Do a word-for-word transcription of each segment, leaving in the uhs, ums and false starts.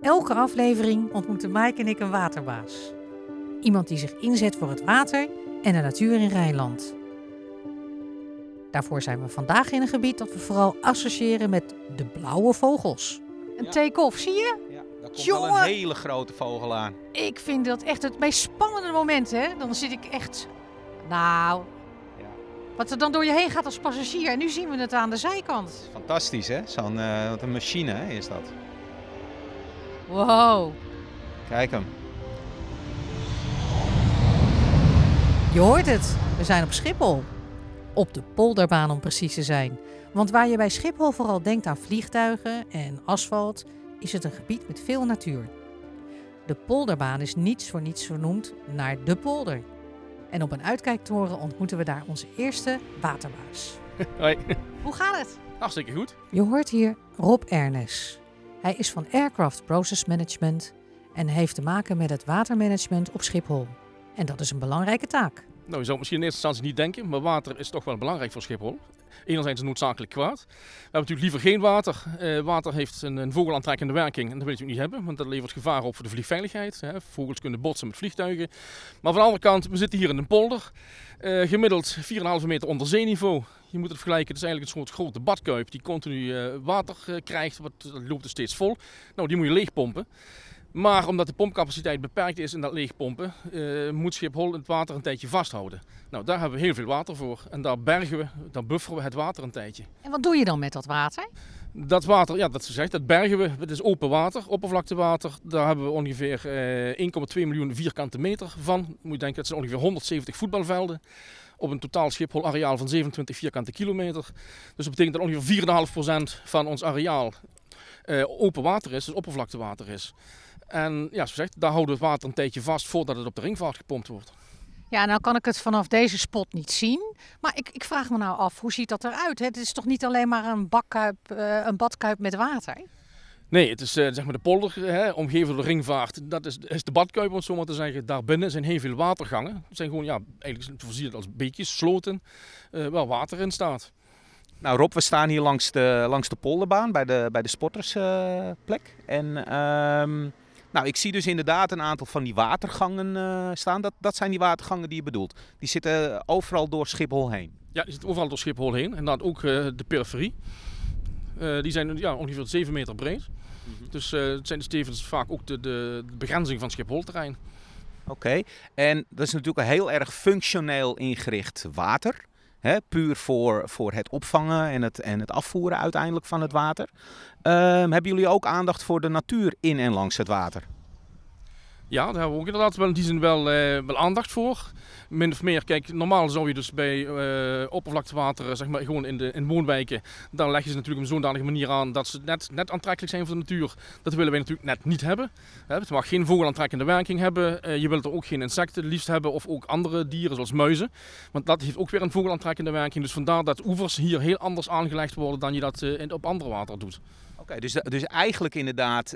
Elke aflevering ontmoeten Mike en ik een waterbaas. Iemand die zich inzet voor het water en de natuur in Rijnland. Daarvoor zijn we vandaag in een gebied dat we vooral associëren met de blauwe vogels. Een Ja. take-off, zie je? Ja, daar komt Jongen! wel een hele grote vogel aan. Ik vind dat echt het meest spannende moment, hè? Dan zit ik echt... Nou, Ja. wat er dan door je heen gaat als passagier. En nu zien we het aan de zijkant. Fantastisch, hè? Zo'n uh, wat een machine, hè, is dat. Wow. Kijk hem. Je hoort het, we zijn op Schiphol. Op de polderbaan om precies te zijn. Want waar je bij Schiphol vooral denkt aan vliegtuigen en asfalt, is het een gebied met veel natuur. De polderbaan is niets voor niets vernoemd naar de polder. En op een uitkijktoren ontmoeten we daar onze eerste waterbaas. Hoi. Hoe gaat het? Hartstikke goed. Je hoort hier Rob Ernest. Hij is van Aircraft Process Management en heeft te maken met het watermanagement op Schiphol. En dat is een belangrijke taak. Nou, je zou het misschien in eerste instantie niet denken, maar water is toch wel belangrijk voor Schiphol. Enerzijds is het noodzakelijk kwaad. We hebben natuurlijk liever geen water. Uh, water heeft een, een vogelaantrekkende werking en dat wil je niet hebben, want dat levert gevaar op voor de vliegveiligheid. Hè. Vogels kunnen botsen met vliegtuigen. Maar van de andere kant, we zitten hier in een polder. Uh, gemiddeld vier komma vijf meter onder zeeniveau. Je moet het vergelijken, het is eigenlijk een soort grote badkuip die continu uh, water uh, krijgt. Wat, dat loopt er steeds vol. Nou, die moet je leegpompen. Maar omdat de pompcapaciteit beperkt is in dat leegpompen, uh, moet Schiphol het water een tijdje vasthouden. Nou, daar hebben we heel veel water voor. En daar bergen we, daar bufferen we het water een tijdje. En wat doe je dan met dat water? Dat water, ja, dat zegt, dat bergen we. Het is open water, oppervlaktewater. Daar hebben we ongeveer uh, één komma twee miljoen vierkante meter van. Moet je denken, dat zijn ongeveer honderdzeventig voetbalvelden. Op een totaal Schiphol areaal van zevenentwintig vierkante kilometer. Dus dat betekent dat ongeveer vier komma vijf procent van ons areaal uh, open water is, dus oppervlaktewater is. En ja, zoals gezegd, daar houden we het water een tijdje vast voordat het op de ringvaart gepompt wordt. Ja, nou kan ik het vanaf deze spot niet zien. Maar ik, ik vraag me nou af, hoe ziet dat eruit? Het is toch niet alleen maar een, bakkuip, uh, een badkuip met water? Nee, het is uh, zeg maar de polder, hè, omgeven door de ringvaart. Dat is, is de badkuip, om het zo maar te zeggen. Daarbinnen zijn heel veel watergangen. Het zijn gewoon, ja, eigenlijk voorzien het als beekjes, sloten, uh, waar water in staat. Nou Rob, we staan hier langs de, langs de polderbaan bij de, bij de sportersplek. Uh, en um, nou, ik zie dus inderdaad een aantal van die watergangen uh, staan. Dat, dat zijn die watergangen die je bedoelt. Die zitten overal door Schiphol heen. Ja, die zitten overal door Schiphol heen. En dan ook uh, de periferie. Uh, die zijn ja, ongeveer zeven meter breed. Mm-hmm. Dus uh, het zijn dus tevens vaak ook de, de, de begrenzing van het Schiphol-terrein. Oké, okay. En dat is natuurlijk een heel erg functioneel ingericht water. Hè, puur voor, voor het opvangen en het, en het afvoeren uiteindelijk van het water. Uh, hebben jullie ook aandacht voor de natuur in en langs het water? Ja, daar hebben we ook inderdaad wel in die zin wel, uh, wel aandacht voor. Min of meer, kijk, normaal zou je dus bij uh, oppervlaktewater, zeg maar gewoon in de in woonwijken, daar leg je ze natuurlijk op een zodanige manier aan dat ze net, net aantrekkelijk zijn voor de natuur. Dat willen wij natuurlijk net niet hebben. Het mag geen vogelaantrekkende werking hebben. Uh, je wilt er ook geen insecten liefst hebben of ook andere dieren zoals muizen. Want dat heeft ook weer een vogelaantrekkende werking. Dus vandaar dat oevers hier heel anders aangelegd worden dan je dat uh, op andere water doet. Oké, okay, dus, dus eigenlijk inderdaad uh,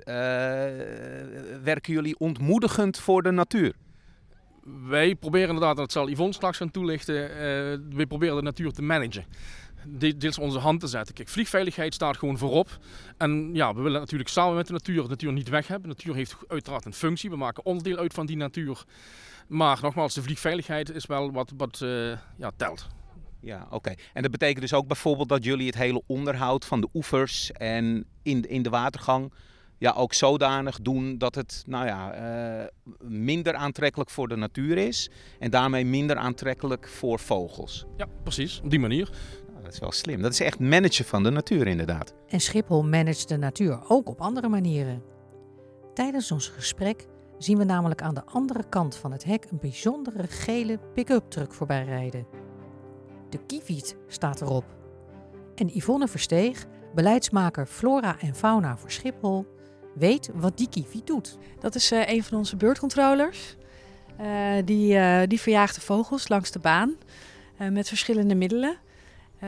werken jullie ontmoedigend voor de natuur? Wij proberen inderdaad, dat zal Yvonne straks gaan toelichten, uh, wij proberen de natuur te managen. De, deels onze hand te zetten. Kijk, vliegveiligheid staat gewoon voorop. En ja, we willen natuurlijk samen met de natuur de natuur niet weg hebben. De natuur heeft uiteraard een functie, we maken onderdeel uit van die natuur. Maar nogmaals, de vliegveiligheid is wel wat, wat uh, ja, telt. Ja, oké. Okay. En dat betekent dus ook bijvoorbeeld dat jullie het hele onderhoud van de oevers en in, in de watergang ja, ook zodanig doen dat het nou ja, uh, minder aantrekkelijk voor de natuur is en daarmee minder aantrekkelijk voor vogels. Ja, precies. Op die manier. Nou, dat is wel slim. Dat is echt managen van de natuur inderdaad. En Schiphol managt de natuur ook op andere manieren. Tijdens ons gesprek zien we namelijk aan de andere kant van het hek een bijzondere gele pick-up truck voorbij rijden. De Kievit staat erop. En Yvonne Versteeg, beleidsmaker Flora en Fauna voor Schiphol, weet wat die Kievit doet. Dat is uh, een van onze beurtcontroleurs. Uh, die, uh, die verjaagt de vogels langs de baan uh, met verschillende middelen. Uh,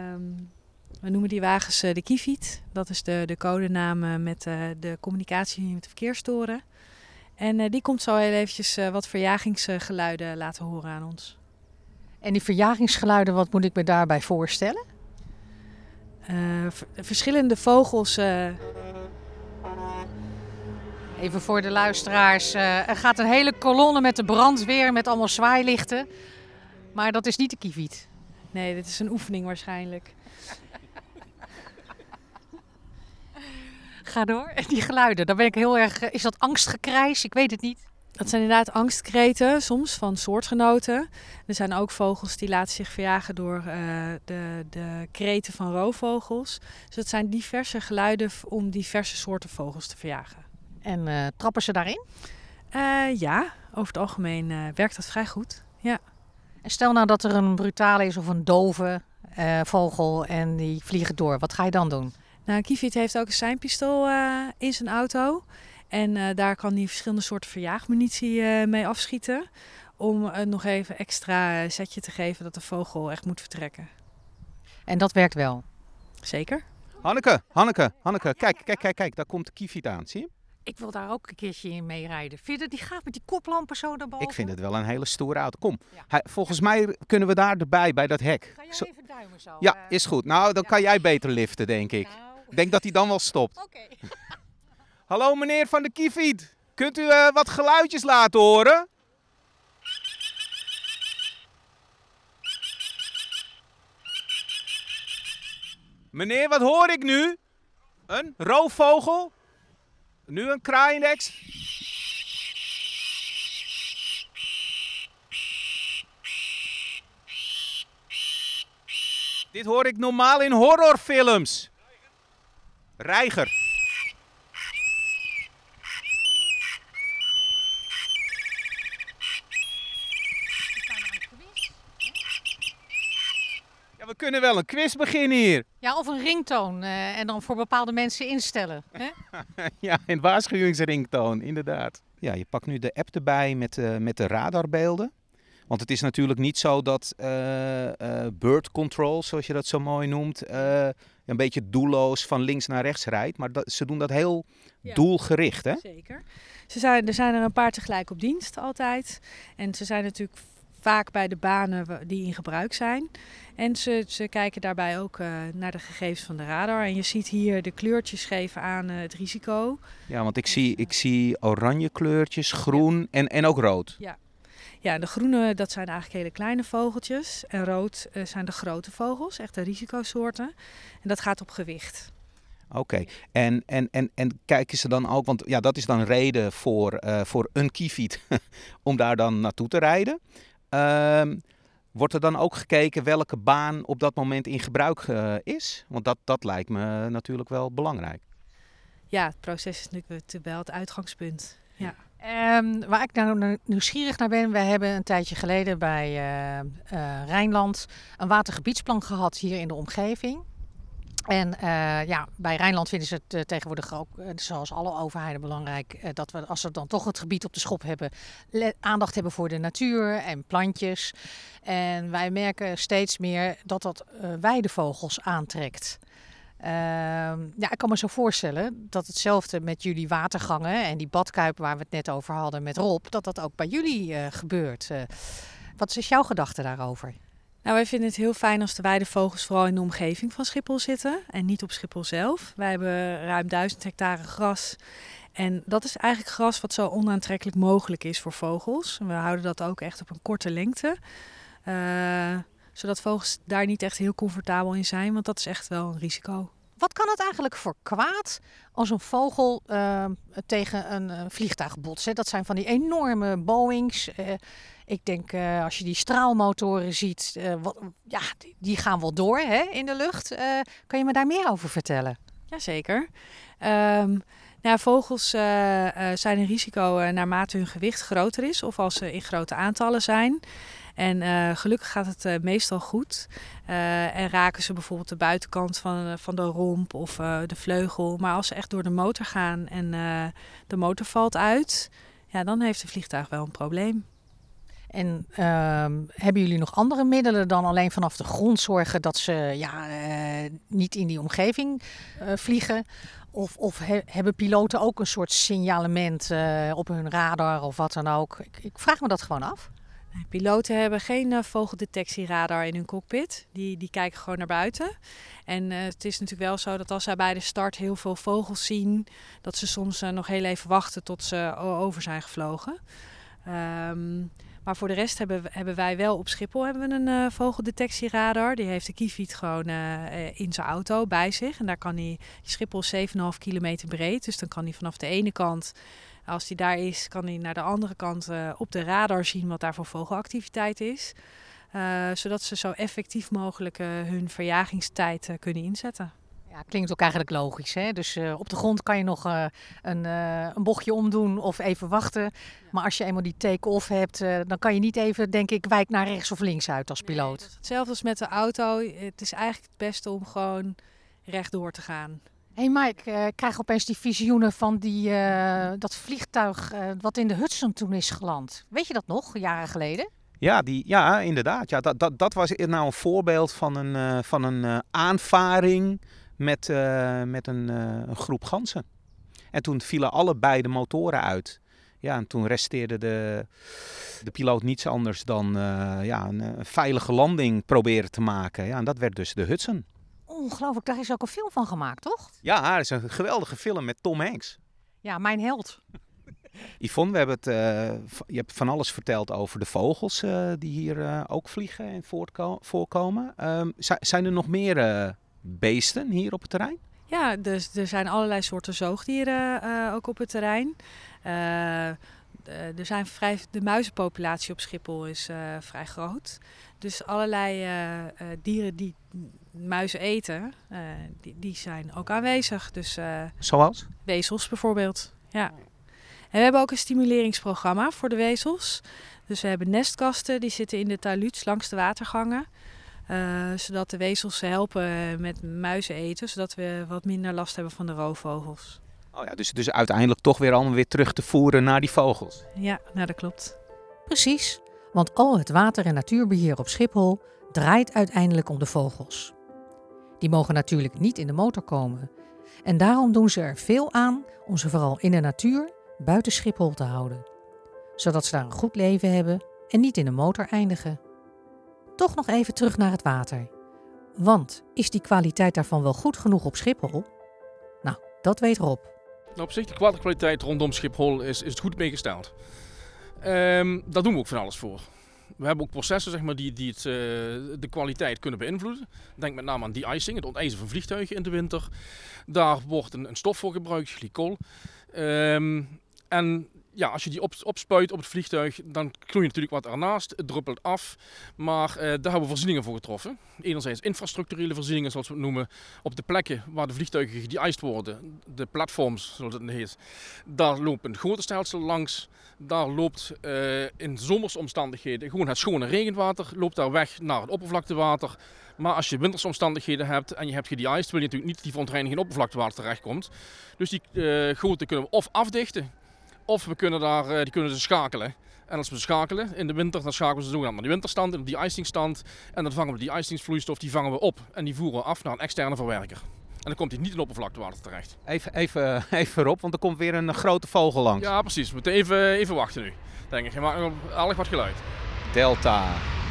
we noemen die wagens uh, de Kievit. Dat is de, de codenaam uh, met uh, de communicatie met de verkeerstoren. En uh, die komt zo heel eventjes uh, wat verjagingsgeluiden laten horen aan ons. En die verjagingsgeluiden, wat moet ik me daarbij voorstellen? Uh, v- verschillende vogels uh, Even voor de luisteraars. Uh, er gaat een hele kolonne met de brandweer met allemaal zwaailichten. Maar dat is niet de kieviet. Nee, dit is een oefening waarschijnlijk. Ga door. Die geluiden, daar ben ik heel erg... Is dat angstgekrijs? Ik weet het niet. Dat zijn inderdaad angstkreten, soms van soortgenoten. Er zijn ook vogels die laten zich verjagen door uh, de, de kreten van roofvogels. Dus het zijn diverse geluiden om diverse soorten vogels te verjagen. En uh, trappen ze daarin? Uh, ja, over het algemeen uh, werkt dat vrij goed. Ja. En stel nou dat er een brutale is of een dove uh, vogel en die vliegen door. Wat ga je dan doen? Nou, een kieviet heeft ook een seinpistool uh, in zijn auto. En uh, daar kan hij verschillende soorten verjaagmunitie uh, mee afschieten. Om uh, nog even extra uh, zetje te geven dat de vogel echt moet vertrekken. En dat werkt wel? Zeker. Hanneke, Hanneke, Hanneke, kijk, kijk, kijk, kijk, daar komt de kieviet aan, zie je? Ik wil daar ook een keertje in meerijden. Vind je dat die gaat met die koplampen zo naar boven? Ik vind het wel een hele stoere auto. Kom, Ja. hij, volgens mij kunnen we daar erbij, bij dat hek. Ga jij Zo, even duimen zo? ja, uh, is goed. Nou, dan ja. kan jij beter liften, denk ik. Nou, Ik denk dat hij dan wel stopt. oké. Okay. Hallo meneer van de kieviet. Kunt u uh, wat geluidjes laten horen? Meneer, wat hoor ik nu? Een roofvogel? Nu een kraaindex? Dit hoor ik normaal in horrorfilms. Reiger. Ja, we kunnen wel een quiz beginnen hier. Ja, of een ringtoon uh, en dan voor bepaalde mensen instellen. Hè? Ja, een waarschuwingsringtoon, inderdaad. Ja, je pakt nu de app erbij met, uh, met de radarbeelden. Want het is natuurlijk niet zo dat uh, uh, bird control, zoals je dat zo mooi noemt, uh, een beetje doelloos van links naar rechts rijdt. Maar dat, ze doen dat heel ja. doelgericht, hè? Zeker. Ze zijn, er zijn er een paar tegelijk op dienst altijd. En ze zijn natuurlijk vaak bij de banen die in gebruik zijn. En ze, ze kijken daarbij ook uh, naar de gegevens van de radar. En je ziet hier de kleurtjes geven aan uh, het risico. Ja, want ik zie, ik zie oranje kleurtjes, groen ja. en, en ook rood. Ja. Ja, de groene dat zijn eigenlijk hele kleine vogeltjes. En rood uh, zijn de grote vogels, echt de risicosoorten. En dat gaat op gewicht. Oké, okay. en, en, en, en kijken ze dan ook, want ja, dat is dan reden voor, uh, voor een kieviet om daar dan naartoe te rijden. Uh, wordt er dan ook gekeken welke baan op dat moment in gebruik uh, is? Want dat, dat lijkt me natuurlijk wel belangrijk. Ja, het proces is natuurlijk wel het uitgangspunt. Ja. Um, waar ik nou nieuwsgierig naar ben, we hebben een tijdje geleden bij uh, uh, Rijnland een watergebiedsplan gehad hier in de omgeving. En uh, ja, bij Rijnland vinden ze het uh, tegenwoordig ook, uh, zoals alle overheden, belangrijk uh, dat we, als we dan toch het gebied op de schop hebben, le- aandacht hebben voor de natuur en plantjes. En wij merken steeds meer dat dat uh, weidevogels aantrekt. Uh, ja, ik kan me zo voorstellen dat hetzelfde met jullie watergangen en die badkuip waar we het net over hadden met Rob, dat dat ook bij jullie uh, gebeurt. Uh, wat is jouw gedachte daarover? Nou, wij vinden het heel fijn als de weidevogels vooral in de omgeving van Schiphol zitten en niet op Schiphol zelf. Wij hebben ruim duizend hectare gras en dat is eigenlijk gras wat zo onaantrekkelijk mogelijk is voor vogels. En we houden dat ook echt op een korte lengte, uh, zodat vogels daar niet echt heel comfortabel in zijn, want dat is echt wel een risico. Wat kan het eigenlijk voor kwaad als een vogel uh, tegen een uh, vliegtuig botst? Hè? Dat zijn van die enorme Boeings. Uh, ik denk uh, als je die straalmotoren ziet, uh, wat, ja, die, die gaan wel door hè, in de lucht. Uh, kan je me daar meer over vertellen? Jazeker. Um, nou, vogels uh, uh, zijn een risico uh, naarmate hun gewicht groter is of als ze in grote aantallen zijn. En uh, gelukkig gaat het uh, meestal goed. Uh, en raken ze bijvoorbeeld de buitenkant van, uh, van de romp of uh, de vleugel. Maar als ze echt door de motor gaan en uh, de motor valt uit, ja, dan heeft het vliegtuig wel een probleem. En uh, hebben jullie nog andere middelen dan alleen vanaf de grond zorgen dat ze ja, uh, niet in die omgeving uh, vliegen? Of, of he, hebben piloten ook een soort signalement uh, op hun radar of wat dan ook? Ik, ik vraag me dat gewoon af. Piloten hebben geen uh, vogeldetectieradar in hun cockpit. Die, die kijken gewoon naar buiten. En uh, het is natuurlijk wel zo dat als zij bij de start heel veel vogels zien, dat ze soms uh, nog heel even wachten tot ze over zijn gevlogen. Um, maar voor de rest hebben, hebben wij wel op Schiphol hebben we een uh, vogeldetectieradar. Die heeft de Kievit gewoon uh, in zijn auto bij zich. En daar kan hij, Schiphol is zeven komma vijf kilometer breed. Dus dan kan hij vanaf de ene kant, als hij daar is, kan hij naar de andere kant uh, op de radar zien wat daar voor vogelactiviteit is. Uh, zodat ze zo effectief mogelijk uh, hun verjagingstijd uh, kunnen inzetten. Ja, klinkt ook eigenlijk logisch, hè? Dus uh, op de grond kan je nog uh, een, uh, een bochtje omdoen of even wachten. Maar als je eenmaal die take-off hebt, uh, dan kan je niet even, denk ik, wijk naar rechts of links uit als piloot. Nee, dat is hetzelfde als met de auto. Het is eigenlijk het beste om gewoon rechtdoor te gaan. Hé hey Mike, uh, ik krijg opeens die visioenen van die, uh, dat vliegtuig uh, wat in de Hudson toen is geland. Weet je dat nog, jaren geleden? Ja, die, ja inderdaad. Ja, dat, dat, dat was nou een voorbeeld van een, uh, van een uh, aanvaring met, uh, met een, uh, een groep ganzen. En toen vielen allebei de motoren uit. Ja, en toen resteerde de, de piloot niets anders dan uh, ja, een, een veilige landing proberen te maken. Ja, en dat werd dus de Hudson. Ongelooflijk, daar is ook een film van gemaakt, toch? Ja, het is een geweldige film met Tom Hanks. Ja, mijn held. Yvonne, we hebben het, uh, je hebt van alles verteld over de vogels uh, die hier uh, ook vliegen en voortko- voorkomen. Um, z- zijn er nog meer uh, beesten hier op het terrein? Ja, dus er zijn allerlei soorten zoogdieren uh, ook op het terrein. Uh, er zijn vrij, de muizenpopulatie op Schiphol is uh, vrij groot. Dus allerlei uh, uh, dieren die muizen eten, uh, die, die zijn ook aanwezig. Dus, uh, Zoals? Wezels bijvoorbeeld, ja. En we hebben ook een stimuleringsprogramma voor de wezels. Dus we hebben nestkasten, die zitten in de taluds langs de watergangen. Uh, zodat de wezels helpen met muizen eten, zodat we wat minder last hebben van de roofvogels. Oh ja, dus, dus uiteindelijk toch weer allemaal weer terug te voeren naar die vogels. Ja, nou dat klopt. Precies, want al het water- en natuurbeheer op Schiphol draait uiteindelijk om de vogels. Die mogen natuurlijk niet in de motor komen. En daarom doen ze er veel aan om ze vooral in de natuur buiten Schiphol te houden. Zodat ze daar een goed leven hebben en niet in de motor eindigen. Toch nog even terug naar het water. Want is die kwaliteit daarvan wel goed genoeg op Schiphol? Nou, dat weet Rob. Nou, op zich, de waterkwaliteit rondom Schiphol is, is het goed meegesteld. Um, daar doen we ook van alles voor. We hebben ook processen zeg maar, die, die het, uh, de kwaliteit kunnen beïnvloeden. Denk met name aan de-icing, het ontijzen van vliegtuigen in de winter. Daar wordt een, een stof voor gebruikt, glycol. Um, en ja, als je die op, opspuit op het vliegtuig, dan knoei je natuurlijk wat ernaast. Het druppelt af. Maar uh, daar hebben we voorzieningen voor getroffen. Enerzijds infrastructurele voorzieningen, zoals we het noemen. Op de plekken waar de vliegtuigen gede-iced worden, de platforms, zoals het heet. Daar loopt een gotenstelsel langs. Daar loopt uh, in zomersomstandigheden gewoon het schone regenwater loopt daar weg naar het oppervlaktewater. Maar als je wintersomstandigheden hebt en je hebt gede-iced, wil je natuurlijk niet dat die verontreiniging in oppervlaktewater terechtkomt. Dus die uh, goten kunnen we of afdichten, of we kunnen daar, uh, die kunnen ze schakelen. En als we schakelen in de winter, dan schakelen we ze zogenaamd naar de winterstand, in de de-icingstand. En dan vangen we die de-icingsvloeistof, die vangen we op en die voeren we af naar een externe verwerker. En dan komt hij niet in oppervlaktewater terecht. Even, even, even Rob, want er komt weer een grote vogel langs. Ja, precies. We moeten even, even wachten nu, denk ik. Je maakt nog aardig wat geluid. Delta.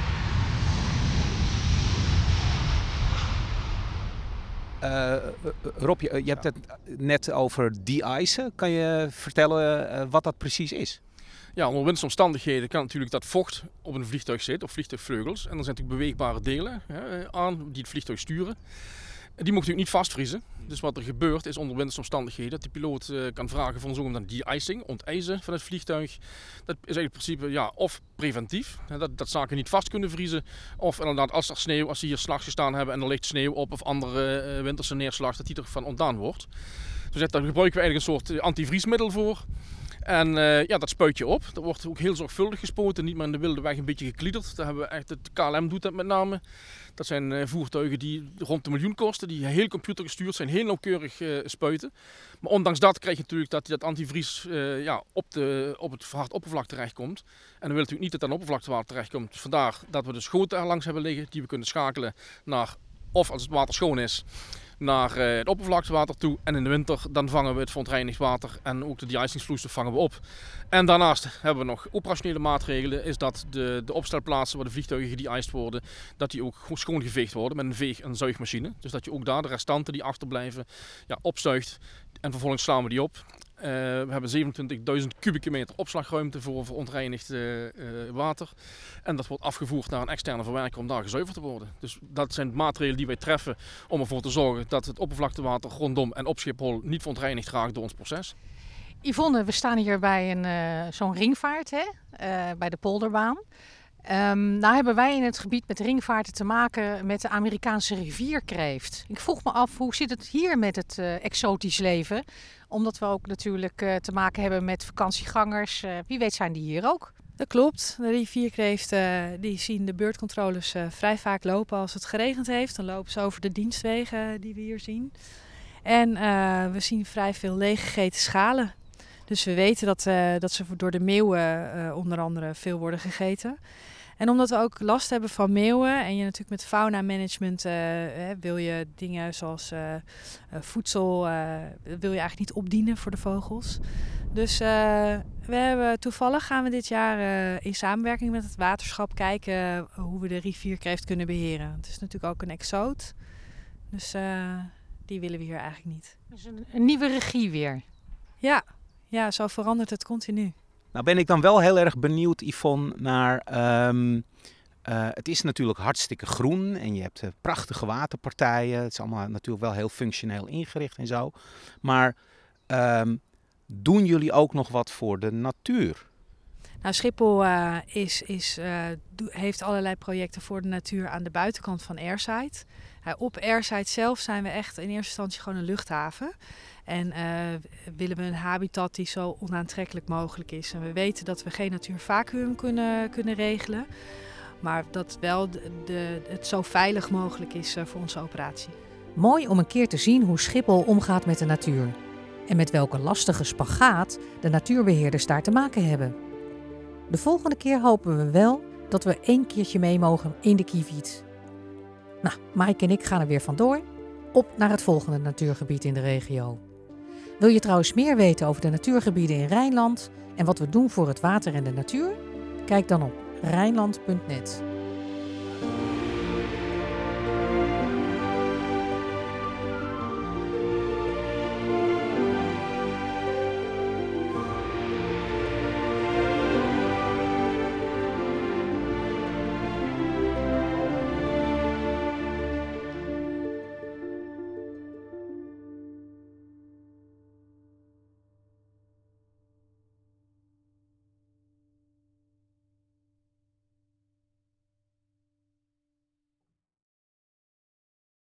Uh, Rob, je, je hebt het net over de-icen. Kan je vertellen uh, wat dat precies is? Ja, onder windsomstandigheden kan natuurlijk dat vocht op een vliegtuig zit, of vliegtuigvleugels. En er zijn natuurlijk beweegbare delen hè, aan die het vliegtuig sturen. Die mogen natuurlijk niet vastvriezen. Dus wat er gebeurt is onder windsomstandigheden dat de piloot uh, kan vragen voor een zogenaamde de-icing, ontijzen van het vliegtuig. Dat is eigenlijk in principe ja, of preventief, hè, dat, dat zaken niet vast kunnen vriezen. Of inderdaad als er sneeuw, als ze hier s'nachts gestaan hebben en er ligt sneeuw op of andere uh, winterse neerslag, dat die ervan ontdaan wordt. Dus daar gebruiken we eigenlijk een soort antivriesmiddel voor. En uh, ja, dat spuit je op. Dat wordt ook heel zorgvuldig gespoten, niet maar in de wilde weg een beetje gekliederd. Daar hebben we echt, het K L M doet dat met name. Dat zijn uh, voertuigen die rond de miljoen kosten, die heel computergestuurd zijn, heel nauwkeurig uh, spuiten. Maar ondanks dat krijg je natuurlijk dat dat antivries uh, ja, op, de, op het verhard oppervlak terechtkomt. En dan wil je natuurlijk niet dat dat aan oppervlaktewater terechtkomt. Dus vandaar dat we de schoten er langs hebben liggen, die we kunnen schakelen naar, of als het water schoon is, naar uh, het oppervlaktewater toe. En in de winter dan vangen we het verontreinigd water en ook de de-icingsvloeistof vangen we op. En daarnaast hebben we nog operationele maatregelen. Is dat de, de opstelplaatsen waar de vliegtuigen gede-iced worden, dat die ook schoongeveegd worden met een veeg- en zuigmachine. Dus dat je ook daar de restanten die achterblijven ja, opzuigt en vervolgens slaan we die op. Uh, we hebben zevenentwintigduizend kubieke meter opslagruimte voor verontreinigd uh, uh, water. En dat wordt afgevoerd naar een externe verwerker om daar gezuiverd te worden. Dus dat zijn maatregelen die wij treffen om ervoor te zorgen dat het oppervlaktewater rondom en op Schiphol niet verontreinigd raakt door ons proces. Yvonne, we staan hier bij een, uh, zo'n ringvaart, hè? Uh, bij de polderbaan. Um, nou hebben wij in het gebied met ringvaarten te maken met de Amerikaanse rivierkreeft. Ik vroeg me af, hoe zit het hier met het uh, exotisch leven? Omdat we ook natuurlijk uh, te maken hebben met vakantiegangers. Uh, wie weet zijn die hier ook? Dat klopt. De rivierkreeften uh, die zien de beurtcontroles uh, vrij vaak lopen als het geregend heeft. Dan lopen ze over de dienstwegen die we hier zien. En uh, we zien vrij veel leeggegeten schalen. Dus we weten dat, uh, dat ze door de meeuwen uh, onder andere veel worden gegeten. En omdat we ook last hebben van meeuwen en je natuurlijk met fauna management uh, hè, wil je dingen zoals uh, uh, voedsel, uh, wil je eigenlijk niet opdienen voor de vogels. Dus uh, we hebben, toevallig gaan we dit jaar uh, in samenwerking met het waterschap kijken hoe we de rivierkreeft kunnen beheren. Het is natuurlijk ook een exoot, dus uh, die willen we hier eigenlijk niet. Dus een, een nieuwe regie weer. Ja, ja, zo verandert het continu. Nou ben ik dan wel heel erg benieuwd, Yvonne, naar... Um, uh, het is natuurlijk hartstikke groen en je hebt uh, prachtige waterpartijen. Het is allemaal natuurlijk wel heel functioneel ingericht en zo. Maar um, doen jullie ook nog wat voor de natuur? Nou, Schiphol uh, is, is, uh, do, heeft allerlei projecten voor de natuur aan de buitenkant van Airside. Uh, op Airside zelf zijn we echt in eerste instantie gewoon een luchthaven. En uh, willen we een habitat die zo onaantrekkelijk mogelijk is. En we weten dat we geen natuurvacuüm kunnen, kunnen regelen. Maar dat wel de, de, het zo veilig mogelijk is uh, voor onze operatie. Mooi om een keer te zien hoe Schiphol omgaat met de natuur. En met welke lastige spagaat de natuurbeheerders daar te maken hebben. De volgende keer hopen we wel dat we één keertje mee mogen in de Kieviet. Nou, Maaike en ik gaan er weer vandoor. Op naar het volgende natuurgebied in de regio. Wil je trouwens meer weten over de natuurgebieden in Rijnland en wat we doen voor het water en de natuur? Kijk dan op rijnland punt net.